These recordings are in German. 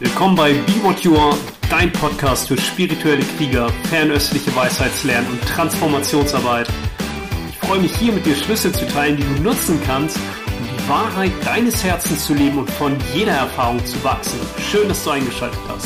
Willkommen bei Be What You Are, dein Podcast für spirituelle Krieger, fernöstliche Weisheitslernen und Transformationsarbeit. Ich freue mich hier mit dir Schlüssel zu teilen, die du nutzen kannst, um die Wahrheit deines Herzens zu leben und von jeder Erfahrung zu wachsen. Schön, dass du eingeschaltet hast.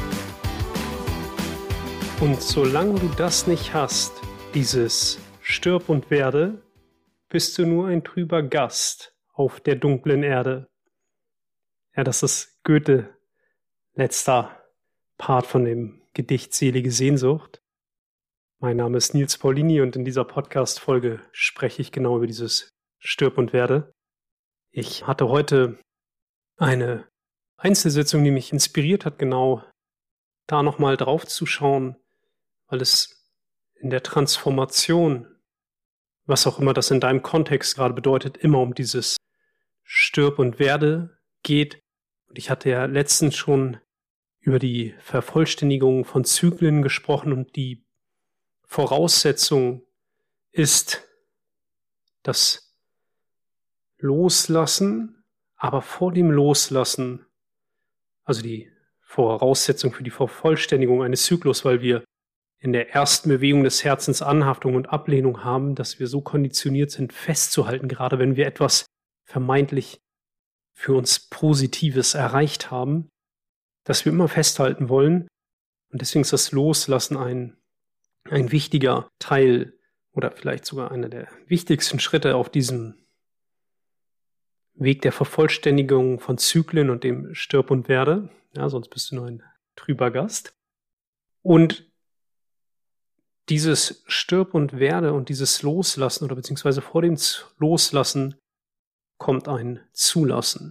Und solange du das nicht hast, dieses Stirb und werde, bist du nur ein trüber Gast auf der dunklen Erde. Ja, das ist Goethe, letzter Part von dem Gedicht Selige Sehnsucht. Mein Name ist Nils Paulini und in dieser Podcast-Folge spreche ich genau über dieses Stirb und werde. Ich hatte heute eine Einzelsitzung, die mich inspiriert hat, genau da nochmal drauf zu schauen, weil es in der Transformation, was auch immer das in deinem Kontext gerade bedeutet, immer um dieses Stirb und werde geht. Und ich hatte ja letztens schon über die Vervollständigung von Zyklen gesprochen und die Voraussetzung ist das Loslassen, aber vor dem Loslassen, also die Voraussetzung für die Vervollständigung eines Zyklus, weil wir in der ersten Bewegung des Herzens Anhaftung und Ablehnung haben, dass wir so konditioniert sind, festzuhalten, gerade wenn wir etwas vermeintlich für uns Positives erreicht haben, dass wir immer festhalten wollen. Und deswegen ist das Loslassen ein wichtiger Teil oder vielleicht sogar einer der wichtigsten Schritte auf diesem Weg der Vervollständigung von Zyklen und dem Stirb und werde. Ja, sonst bist du nur ein trüber Gast. Und dieses Stirb und werde und dieses Loslassen oder beziehungsweise vor dem Loslassen kommt ein Zulassen.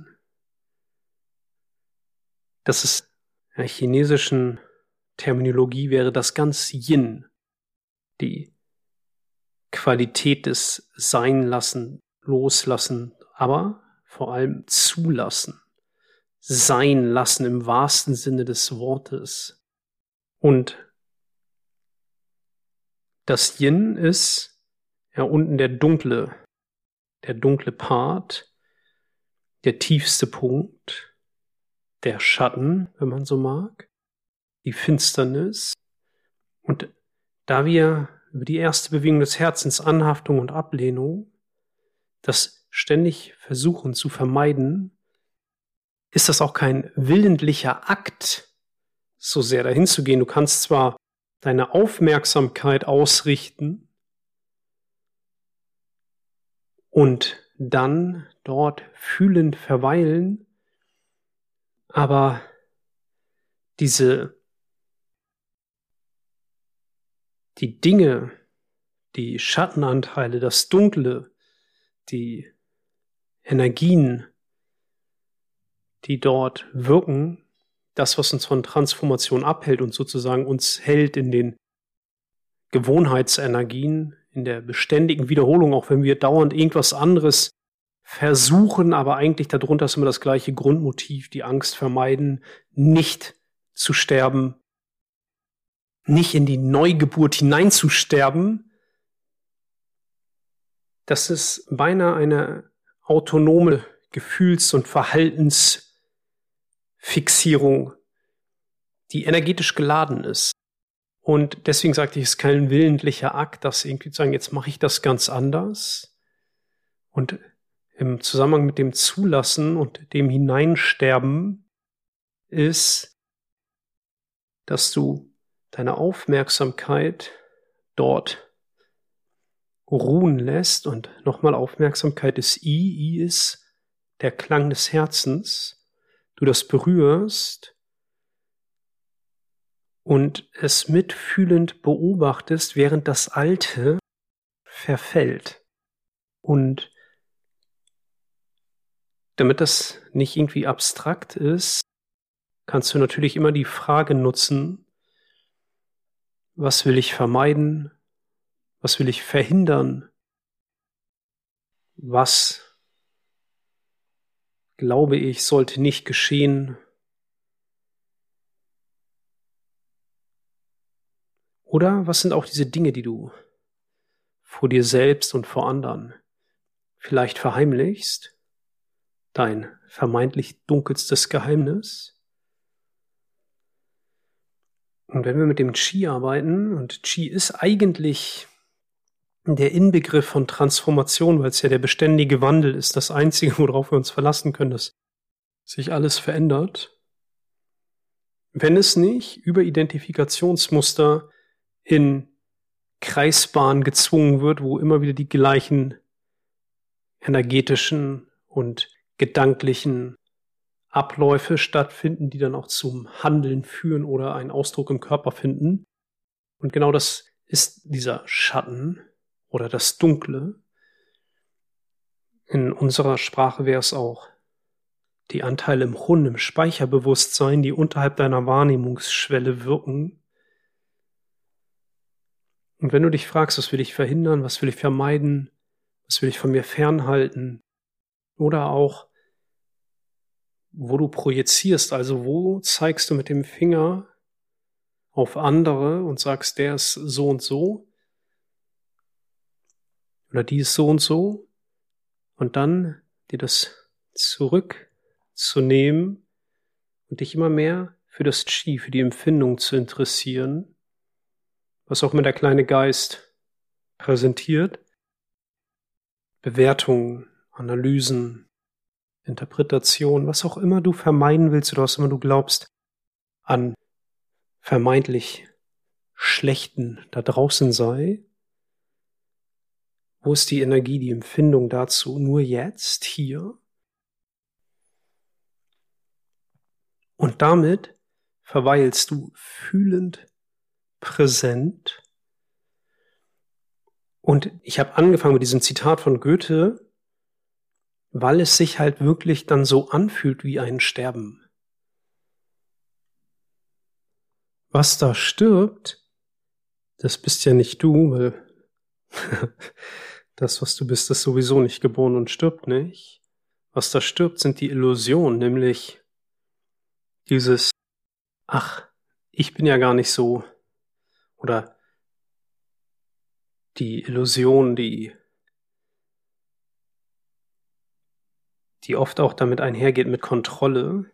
Das ist in der chinesischen Terminologie wäre das ganz Yin, die Qualität des Seinlassen, Loslassen, aber vor allem Zulassen, Sein lassen im wahrsten Sinne des Wortes. Und das Yin ist ja unten der dunkle Part, der tiefste Punkt, der Schatten, wenn man so mag, die Finsternis. Und da wir über die erste Bewegung des Herzens, Anhaftung und Ablehnung, das ständig versuchen zu vermeiden, ist das auch kein willentlicher Akt, so sehr dahin zu gehen. Du kannst zwar deine Aufmerksamkeit ausrichten und dann dort fühlend verweilen, aber die Dinge, die Schattenanteile, das Dunkle, die Energien, die dort wirken, das, was uns von Transformation abhält und sozusagen uns hält in den Gewohnheitsenergien, in der beständigen Wiederholung, auch wenn wir dauernd irgendwas anderes versuchen, aber eigentlich darunter ist immer das gleiche Grundmotiv, die Angst vermeiden, nicht zu sterben, nicht in die Neugeburt hineinzusterben. Das ist beinahe eine autonome Gefühls- und Verhaltensfixierung, die energetisch geladen ist. Und deswegen sagte ich, es ist kein willentlicher Akt, das irgendwie zu sagen, jetzt mache ich das ganz anders. Und im Zusammenhang mit dem Zulassen und dem Hineinsterben ist, dass du deine Aufmerksamkeit dort ruhen lässt. Und nochmal, Aufmerksamkeit ist I ist der Klang des Herzens. Du das berührst und es mitfühlend beobachtest, während das Alte verfällt. Und damit das nicht irgendwie abstrakt ist, kannst du natürlich immer die Frage nutzen, was will ich vermeiden? Was will ich verhindern? Was glaube ich, sollte nicht geschehen? Oder was sind auch diese Dinge, die du vor dir selbst und vor anderen vielleicht verheimlichst? Dein vermeintlich dunkelstes Geheimnis? Und wenn wir mit dem Qi arbeiten, und Qi ist eigentlich der Inbegriff von Transformation, weil es ja der beständige Wandel ist, das Einzige, worauf wir uns verlassen können, dass sich alles verändert. Wenn es nicht über Identifikationsmuster in Kreisbahnen gezwungen wird, wo immer wieder die gleichen energetischen und gedanklichen Abläufe stattfinden, die dann auch zum Handeln führen oder einen Ausdruck im Körper finden. Und genau das ist dieser Schatten oder das Dunkle. In unserer Sprache wäre es auch die Anteile im Hun, im Speicherbewusstsein, die unterhalb deiner Wahrnehmungsschwelle wirken. Und wenn du dich fragst, was will ich verhindern, was will ich vermeiden, was will ich von mir fernhalten, oder auch, wo du projizierst, also wo zeigst du mit dem Finger auf andere und sagst, der ist so und so, oder die ist so und dann dir das zurückzunehmen und dich immer mehr für das Qi, für die Empfindung zu interessieren, was auch immer der kleine Geist präsentiert. Bewertungen, Analysen, Interpretation, was auch immer du vermeiden willst oder was immer du glaubst, an vermeintlich Schlechten da draußen sei. Wo ist die Energie, die Empfindung dazu? Nur jetzt, hier. Und damit verweilst du fühlend präsent. Und ich habe angefangen mit diesem Zitat von Goethe, weil es sich halt wirklich dann so anfühlt wie ein Sterben. Was da stirbt, das bist ja nicht du, weil das, was du bist, ist sowieso nicht geboren und stirbt nicht. Was da stirbt, sind die Illusionen, nämlich dieses, ach, ich bin ja gar nicht so, oder die Illusion, die oft auch damit einhergeht mit Kontrolle.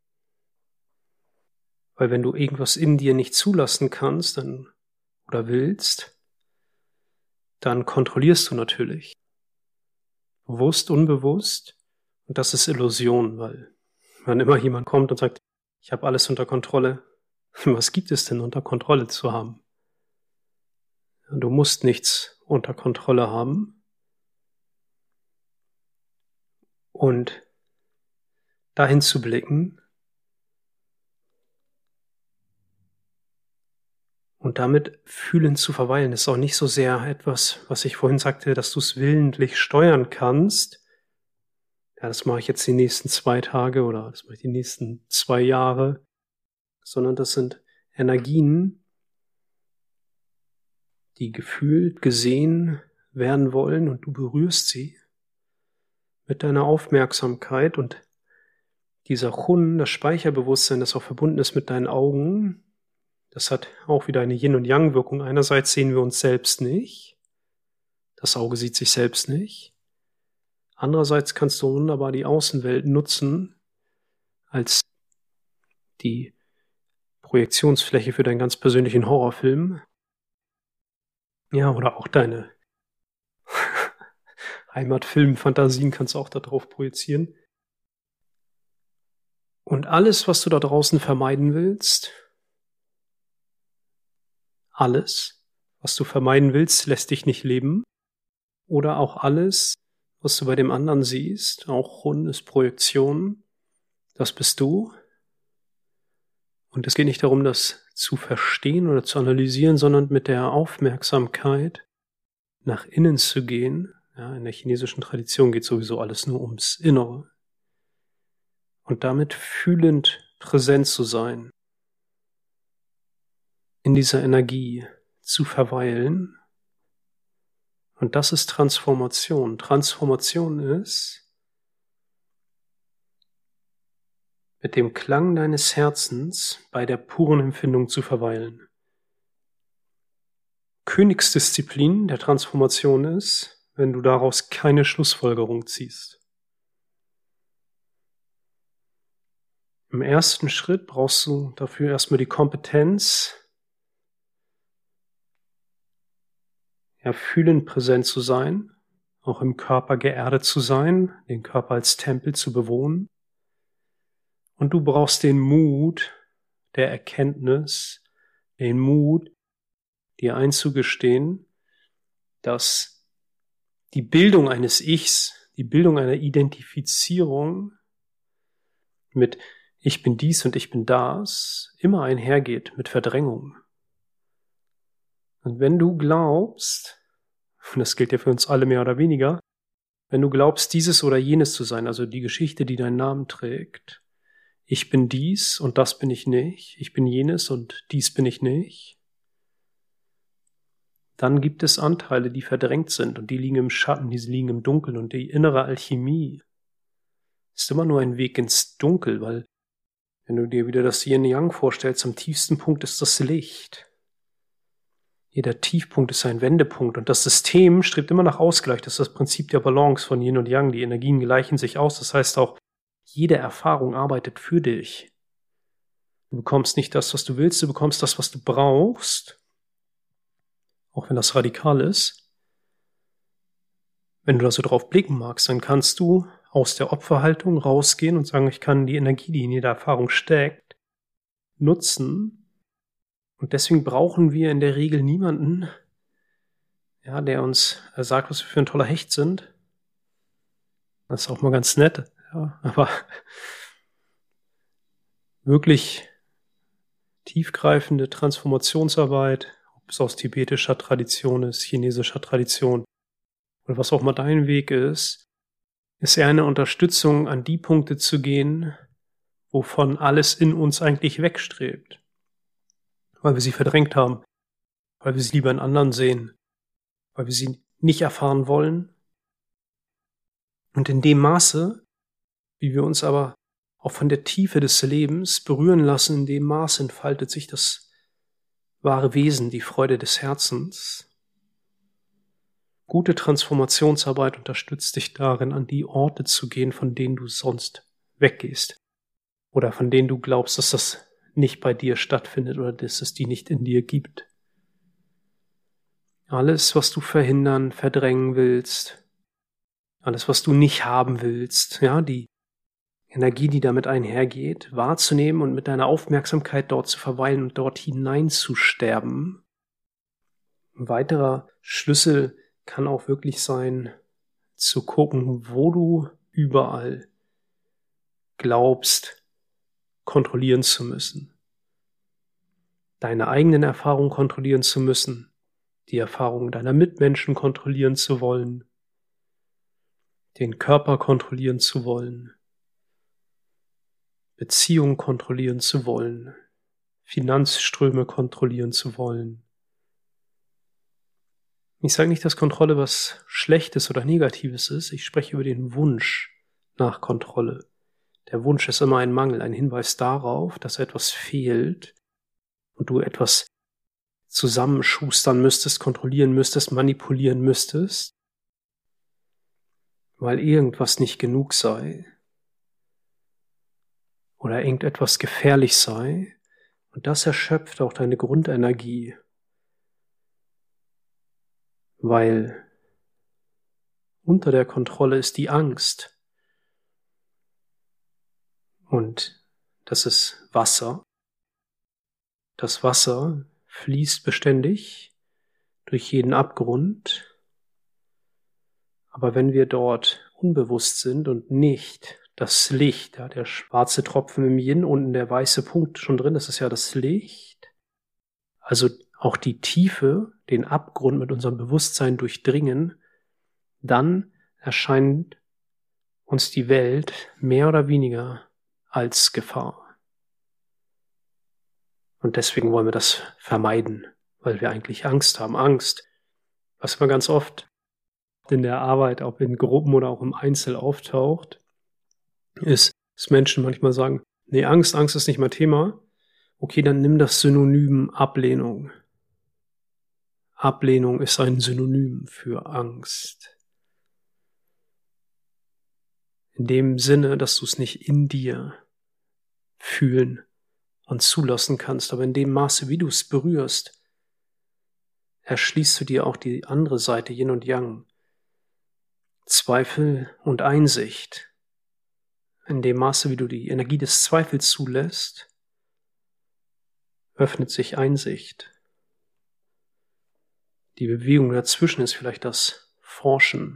Weil wenn du irgendwas in dir nicht zulassen kannst oder willst, dann kontrollierst du natürlich. Bewusst, unbewusst. Und das ist Illusion, weil wenn immer jemand kommt und sagt, ich habe alles unter Kontrolle, was gibt es denn unter Kontrolle zu haben? Du musst nichts unter Kontrolle haben. Und dahin zu blicken und damit fühlend zu verweilen, ist auch nicht so sehr etwas, was ich vorhin sagte, dass du es willentlich steuern kannst. Ja, das mache ich jetzt die nächsten 2 Tage oder das mache ich die nächsten 2 Jahre, sondern das sind Energien, die gefühlt, gesehen werden wollen und du berührst sie mit deiner Aufmerksamkeit und dieser Chun, das Speicherbewusstsein, das auch verbunden ist mit deinen Augen, das hat auch wieder eine Yin- und Yang-Wirkung. Einerseits sehen wir uns selbst nicht, das Auge sieht sich selbst nicht. Andererseits kannst du wunderbar die Außenwelt nutzen als die Projektionsfläche für deinen ganz persönlichen Horrorfilm. Ja, oder auch deine Heimatfilm-Fantasien kannst du auch darauf projizieren. Und alles, was du da draußen vermeiden willst, alles, was du vermeiden willst, lässt dich nicht leben. Oder auch alles, was du bei dem anderen siehst, auch Chun ist Projektion, das bist du. Und es geht nicht darum, das zu verstehen oder zu analysieren, sondern mit der Aufmerksamkeit nach innen zu gehen. Ja, in der chinesischen Tradition geht sowieso alles nur ums Innere. Und damit fühlend präsent zu sein, in dieser Energie zu verweilen. Und das ist Transformation. Transformation ist, mit dem Klang deines Herzens bei der puren Empfindung zu verweilen. Königsdisziplin der Transformation ist, wenn du daraus keine Schlussfolgerung ziehst. Im ersten Schritt brauchst du dafür erstmal die Kompetenz, ja, fühlend präsent zu sein, auch im Körper geerdet zu sein, den Körper als Tempel zu bewohnen. Und du brauchst den Mut der Erkenntnis, den Mut, dir einzugestehen, dass die Bildung eines Ichs, die Bildung einer Identifizierung mit ich bin dies und ich bin das immer einhergeht mit Verdrängung. Und wenn du glaubst, und das gilt ja für uns alle mehr oder weniger, wenn du glaubst, dieses oder jenes zu sein, also die Geschichte, die deinen Namen trägt, ich bin dies und das bin ich nicht, ich bin jenes und dies bin ich nicht, dann gibt es Anteile, die verdrängt sind und die liegen im Schatten, die liegen im Dunkeln und die innere Alchemie ist immer nur ein Weg ins Dunkel, weil wenn du dir wieder das Yin-Yang vorstellst, am tiefsten Punkt ist das Licht. Jeder Tiefpunkt ist ein Wendepunkt und das System strebt immer nach Ausgleich. Das ist das Prinzip der Balance von Yin und Yang. Die Energien gleichen sich aus. Das heißt auch, jede Erfahrung arbeitet für dich. Du bekommst nicht das, was du willst, du bekommst das, was du brauchst. Auch wenn das radikal ist. Wenn du da so drauf blicken magst, dann kannst du aus der Opferhaltung rausgehen und sagen, ich kann die Energie, die in jeder Erfahrung steckt, nutzen. Und deswegen brauchen wir in der Regel niemanden, ja, der uns sagt, was wir für ein toller Hecht sind. Das ist auch mal ganz nett, ja, aber wirklich tiefgreifende Transformationsarbeit, ob es aus tibetischer Tradition ist, chinesischer Tradition oder was auch mal dein Weg ist eher eine Unterstützung, an die Punkte zu gehen, wovon alles in uns eigentlich wegstrebt. Weil wir sie verdrängt haben, weil wir sie lieber in anderen sehen, weil wir sie nicht erfahren wollen. Und in dem Maße, wie wir uns aber auch von der Tiefe des Lebens berühren lassen, in dem Maße entfaltet sich das wahre Wesen, die Freude des Herzens. Gute Transformationsarbeit unterstützt dich darin, an die Orte zu gehen, von denen du sonst weggehst. Oder von denen du glaubst, dass das nicht bei dir stattfindet oder dass es die nicht in dir gibt. Alles, was du verhindern, verdrängen willst, alles, was du nicht haben willst, ja, die Energie, die damit einhergeht, wahrzunehmen und mit deiner Aufmerksamkeit dort zu verweilen und dort hineinzusterben. Ein weiterer Schlüssel kann auch wirklich sein, zu gucken, wo du überall glaubst, kontrollieren zu müssen. Deine eigenen Erfahrungen kontrollieren zu müssen, die Erfahrungen deiner Mitmenschen kontrollieren zu wollen, den Körper kontrollieren zu wollen, Beziehungen kontrollieren zu wollen, Finanzströme kontrollieren zu wollen. Ich sage nicht, dass Kontrolle was Schlechtes oder Negatives ist. Ich spreche über den Wunsch nach Kontrolle. Der Wunsch ist immer ein Mangel, ein Hinweis darauf, dass etwas fehlt und du etwas zusammenschustern müsstest, kontrollieren müsstest, manipulieren müsstest, weil irgendwas nicht genug sei oder irgendetwas gefährlich sei. Und das erschöpft auch deine Grundenergie. Weil unter der Kontrolle ist die Angst. Und das ist Wasser. Das Wasser fließt beständig durch jeden Abgrund. Aber wenn wir dort unbewusst sind und nicht das Licht, ja, der schwarze Tropfen im Yin, unten der weiße Punkt schon drin, das ist ja das Licht. Also auch die Tiefe, den Abgrund mit unserem Bewusstsein durchdringen, dann erscheint uns die Welt mehr oder weniger als Gefahr. Und deswegen wollen wir das vermeiden, weil wir eigentlich Angst haben. Angst, was man ganz oft in der Arbeit, ob in Gruppen oder auch im Einzel auftaucht, ist, dass Menschen manchmal sagen, nee, Angst ist nicht mein Thema. Okay, dann nimm das Synonym Ablehnung. Ablehnung ist ein Synonym für Angst. In dem Sinne, dass du es nicht in dir fühlen und zulassen kannst, aber in dem Maße, wie du es berührst, erschließt du dir auch die andere Seite, Yin und Yang. Zweifel und Einsicht. In dem Maße, wie du die Energie des Zweifels zulässt, öffnet sich Einsicht. Die Bewegung dazwischen ist vielleicht das Forschen.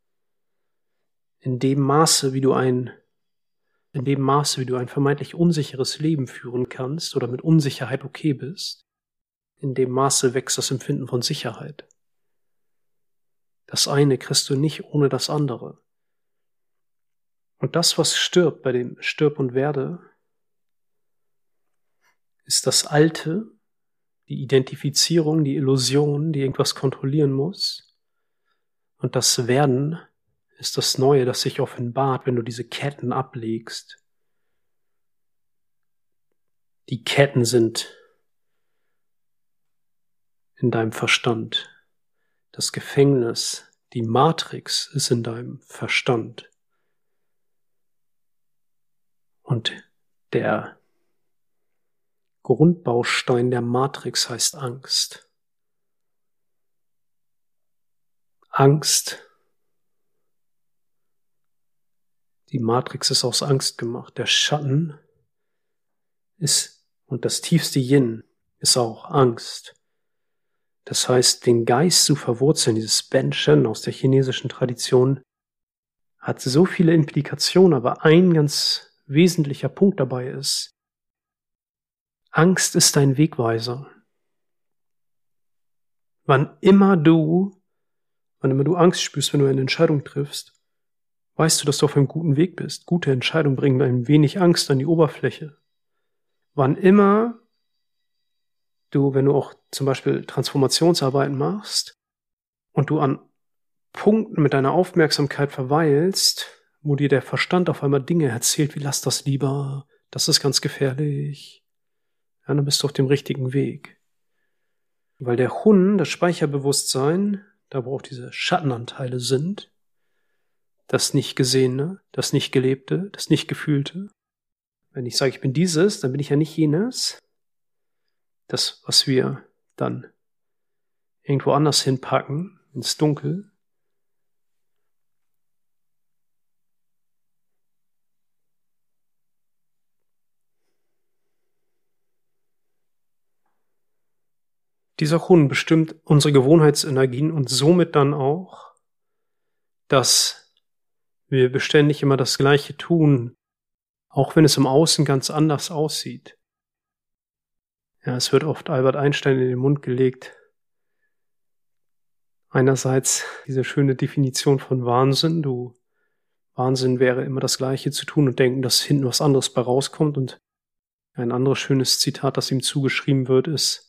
In dem Maße, wie du ein vermeintlich unsicheres Leben führen kannst oder mit Unsicherheit okay bist, in dem Maße wächst das Empfinden von Sicherheit. Das eine kriegst du nicht ohne das andere. Und das, was stirbt bei dem Stirb und Werde, ist das Alte, die Identifizierung, die Illusion, die irgendwas kontrollieren muss. Und das Werden ist das Neue, das sich offenbart, wenn du diese Ketten ablegst. Die Ketten sind in deinem Verstand. Das Gefängnis, die Matrix ist in deinem Verstand. Und der Grundbaustein der Matrix heißt Angst. Angst. Die Matrix ist aus Angst gemacht. Der Schatten ist, und das tiefste Yin ist auch Angst. Das heißt, den Geist zu verwurzeln, dieses Ben Shen aus der chinesischen Tradition, hat so viele Implikationen, aber ein ganz wesentlicher Punkt dabei ist, Angst ist dein Wegweiser. Wann immer du Angst spürst, wenn du eine Entscheidung triffst, weißt du, dass du auf einem guten Weg bist. Gute Entscheidungen bringen ein wenig Angst an die Oberfläche. Wann immer wenn du auch zum Beispiel Transformationsarbeiten machst und du an Punkten mit deiner Aufmerksamkeit verweilst, wo dir der Verstand auf einmal Dinge erzählt, wie lass das lieber, das ist ganz gefährlich, ja, dann bist du auf dem richtigen Weg. Weil der Hun, das Speicherbewusstsein, da wo auch diese Schattenanteile sind, das nicht Gesehene, das nicht Gelebte, das nicht Gefühlte. Wenn ich sage, ich bin dieses, dann bin ich ja nicht jenes. Das, was wir dann irgendwo anders hinpacken, ins Dunkel. Dieser Hun bestimmt unsere Gewohnheitsenergien und somit dann auch, dass wir beständig immer das Gleiche tun, auch wenn es im Außen ganz anders aussieht. Ja, es wird oft Albert Einstein in den Mund gelegt. Einerseits diese schöne Definition von Wahnsinn. Wahnsinn wäre immer das Gleiche zu tun und denken, dass hinten was anderes bei rauskommt. Und ein anderes schönes Zitat, das ihm zugeschrieben wird, ist,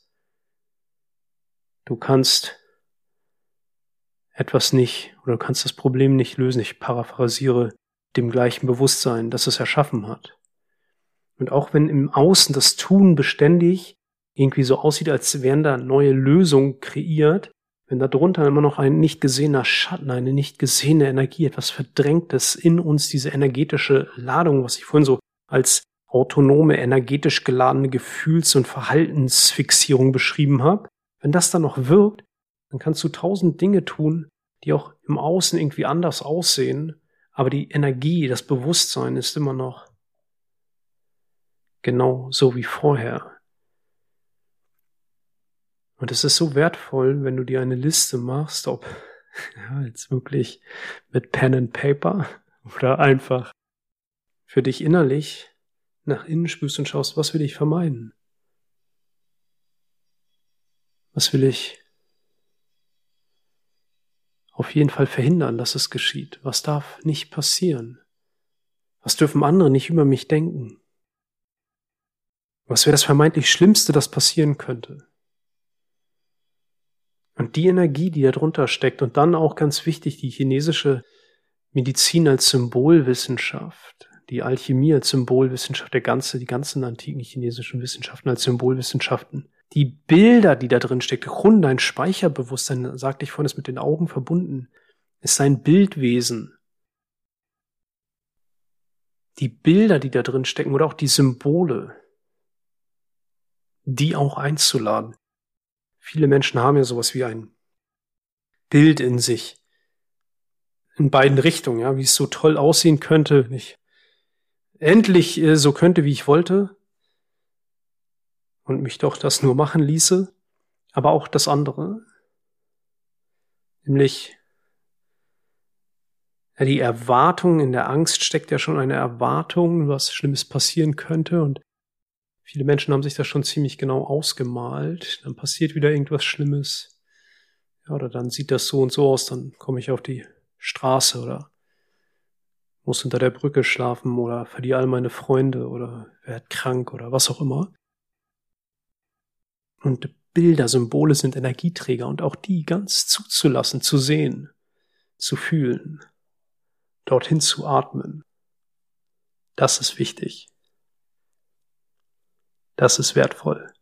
du kannst etwas nicht oder du kannst das Problem nicht lösen. Ich paraphrasiere, dem gleichen Bewusstsein, das es erschaffen hat. Und auch wenn im Außen das Tun beständig irgendwie so aussieht, als wären da neue Lösungen kreiert, wenn da drunter immer noch ein nicht gesehener Schatten, eine nicht gesehene Energie, etwas Verdrängtes in uns, diese energetische Ladung, was ich vorhin so als autonome, energetisch geladene Gefühls- und Verhaltensfixierung beschrieben habe, wenn das dann noch wirkt, dann kannst du 1000 Dinge tun, die auch im Außen irgendwie anders aussehen, aber die Energie, das Bewusstsein ist immer noch genau so wie vorher. Und es ist so wertvoll, wenn du dir eine Liste machst, ob jetzt wirklich mit Pen and Paper oder einfach für dich innerlich nach innen spürst und schaust, was will ich vermeiden? Was will ich auf jeden Fall verhindern, dass es geschieht? Was darf nicht passieren? Was dürfen andere nicht über mich denken? Was wäre das vermeintlich Schlimmste, das passieren könnte? Und die Energie, die da drunter steckt, und dann auch ganz wichtig, die chinesische Medizin als Symbolwissenschaft, die Alchemie als Symbolwissenschaft, die ganzen antiken chinesischen Wissenschaften als Symbolwissenschaften, die Bilder, die da drin stecken, Hun, dein Speicherbewusstsein, sagte ich vorhin, ist mit den Augen verbunden, ist ein Bildwesen. Die Bilder, die da drin stecken, oder auch die Symbole, die auch einzuladen. viele Menschen haben ja sowas wie ein Bild in sich, in beiden Richtungen, ja, wie es so toll aussehen könnte, wenn ich endlich so könnte, wie ich wollte und mich doch das nur machen ließe, aber auch das andere, nämlich ja, die Erwartung, in der Angst steckt ja schon eine Erwartung, was Schlimmes passieren könnte, und viele Menschen haben sich das schon ziemlich genau ausgemalt. Dann passiert wieder irgendwas Schlimmes. Ja, oder dann sieht das so und so aus, dann komme ich auf die Straße oder muss unter der Brücke schlafen oder verliere all meine Freunde oder werde krank oder was auch immer. Und Bilder, Symbole sind Energieträger, und auch die ganz zuzulassen, zu sehen, zu fühlen, dorthin zu atmen. Das ist wichtig. Das ist wertvoll.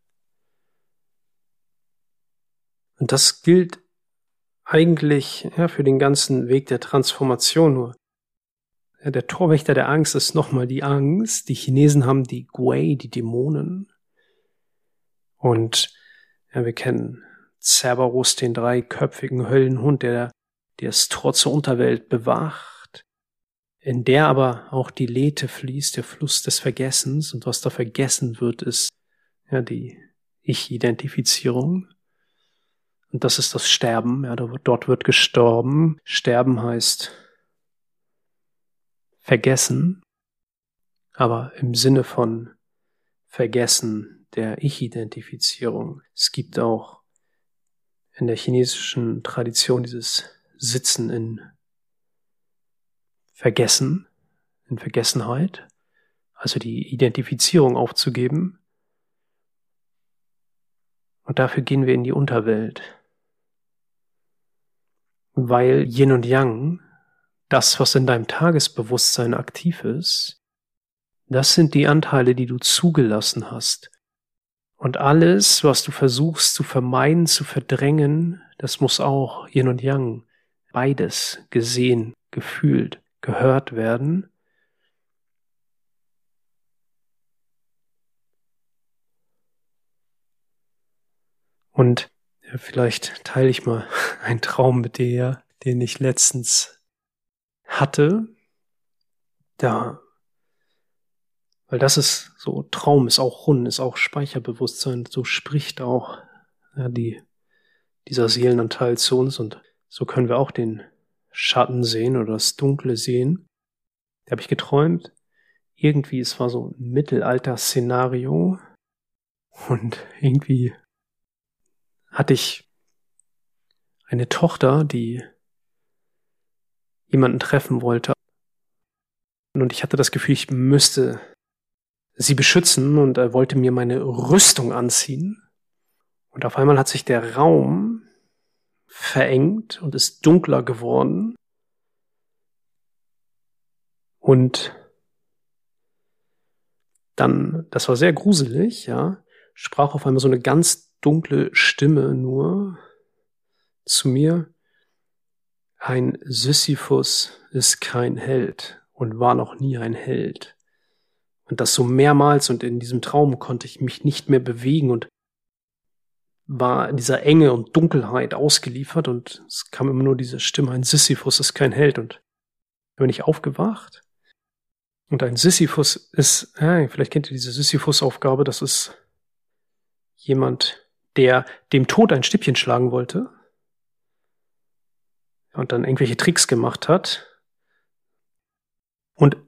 Und das gilt eigentlich für den ganzen Weg der Transformation nur. Ja, der Torwächter der Angst ist nochmal die Angst. Die Chinesen haben die Gui, die Dämonen. Und ja, wir kennen Cerberus, den dreiköpfigen Höllenhund, der das Tor zur Unterwelt bewacht, in der aber auch die Lethe fließt, der Fluss des Vergessens. Und was da vergessen wird, ist ja die Ich-Identifizierung. Und das ist das Sterben. Ja, dort wird gestorben. Sterben heißt vergessen, aber im Sinne von Vergessen der Ich-Identifizierung. Es gibt auch in der chinesischen Tradition dieses Sitzen in Vergessen, in Vergessenheit, also die Identifizierung aufzugeben. Und dafür gehen wir in die Unterwelt. Weil Yin und Yang, das, was in deinem Tagesbewusstsein aktiv ist, das sind die Anteile, die du zugelassen hast. Und alles, was du versuchst zu vermeiden, zu verdrängen, das muss auch Yin und Yang, beides gesehen, gefühlt, gehört werden. Und ja, vielleicht teile ich mal einen Traum mit dir, den ich letztens hatte. Weil das ist so, Traum ist auch Run, ist auch Speicherbewusstsein, so spricht auch dieser Seelenanteil zu uns, und so können wir auch den Schatten sehen oder das Dunkle sehen. Da habe ich geträumt, irgendwie, es war so ein Mittelalter-Szenario, und irgendwie hatte ich eine Tochter, die jemanden treffen wollte, und ich hatte das Gefühl, ich müsste sie beschützen, und er wollte mir meine Rüstung anziehen. Und auf einmal hat sich der Raum verengt und ist dunkler geworden. Und dann, das war sehr gruselig, ja, sprach auf einmal so eine ganz dunkle Stimme nur zu mir: Ein Sisyphus ist kein Held und war noch nie ein Held. Und das so mehrmals, und in diesem Traum konnte ich mich nicht mehr bewegen und war in dieser Enge und Dunkelheit ausgeliefert, und es kam immer nur diese Stimme: Ein Sisyphus ist kein Held. Und dann bin ich aufgewacht, und ein Sisyphus ist, vielleicht kennt ihr diese Sisyphus-Aufgabe, das ist jemand, der dem Tod ein Stippchen schlagen wollte und dann irgendwelche Tricks gemacht hat. Und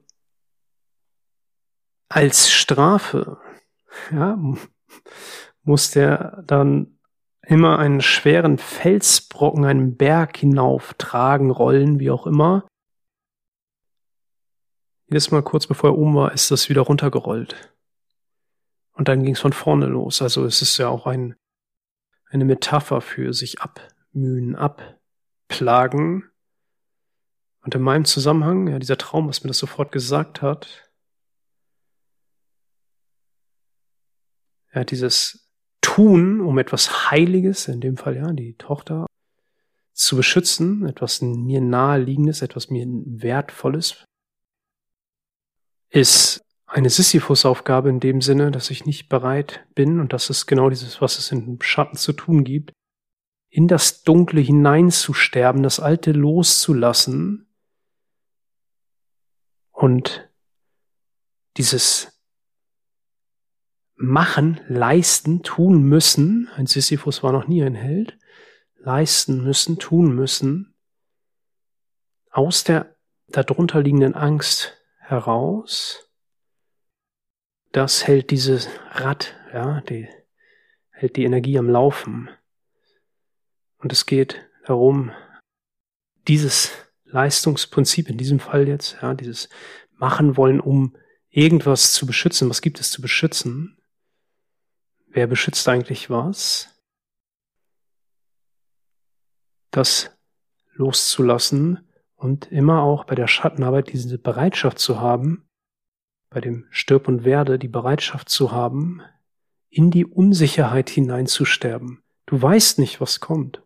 als Strafe, ja, muss der dann immer einen schweren Felsbrocken einen Berg hinauf tragen, rollen, wie auch immer. Jedes Mal kurz bevor er oben war, ist das wieder runtergerollt. Und dann ging es von vorne los. Also es ist ja auch eine Metapher für sich abmühen, abplagen. Und in meinem Zusammenhang, ja, dieser Traum, was mir das sofort gesagt hat, ja, dieses Tun, um etwas Heiliges, in dem Fall ja die Tochter, zu beschützen, etwas mir Naheliegendes, etwas mir Wertvolles, ist eine Sisyphus-Aufgabe in dem Sinne, dass ich nicht bereit bin, und das ist genau dieses, was es im Schatten zu tun gibt, in das Dunkle hineinzusterben, das Alte loszulassen und dieses Machen, Leisten, tun müssen, ein Sisyphus war noch nie ein Held, leisten müssen, tun müssen, aus der darunter liegenden Angst heraus, das hält dieses Rad, hält die Energie am Laufen. Und es geht darum, dieses Leistungsprinzip, in diesem Fall jetzt, dieses Machen wollen, um irgendwas zu beschützen. Was gibt es zu beschützen? Wer beschützt eigentlich was? Das loszulassen und immer auch bei der Schattenarbeit diese Bereitschaft zu haben, bei dem Stirb und Werde die Bereitschaft zu haben, in die Unsicherheit hineinzusterben. Du weißt nicht, was kommt.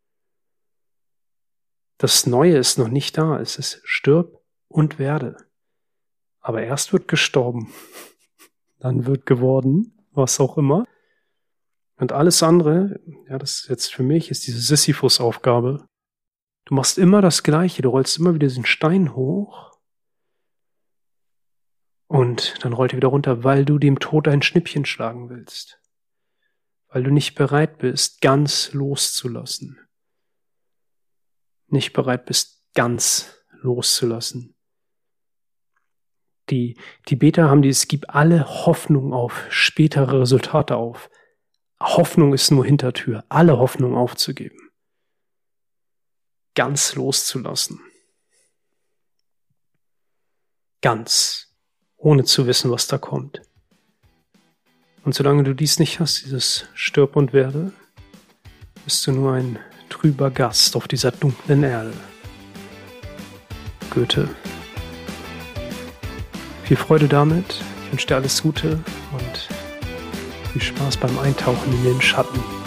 Das Neue ist noch nicht da. Es ist Stirb und Werde. Aber erst wird gestorben. Dann wird geworden, was auch immer. Und alles andere, das ist jetzt für mich, ist diese Sisyphus-Aufgabe. Du machst immer das Gleiche. Du rollst immer wieder diesen Stein hoch. Und dann rollt er wieder runter, weil du dem Tod ein Schnippchen schlagen willst. Weil du nicht bereit bist, ganz loszulassen. Nicht bereit bist, ganz loszulassen. Die Tibeter haben es gibt alle Hoffnung auf spätere Resultate auf. Hoffnung ist nur Hintertür. Alle Hoffnung aufzugeben. Ganz loszulassen. Ganz. Ohne zu wissen, was da kommt. Und solange du dies nicht hast, dieses Stirb und Werde, bist du nur ein trüber Gast auf dieser dunklen Erde. Goethe. Viel Freude damit, ich wünsche dir alles Gute und viel Spaß beim Eintauchen in den Schatten.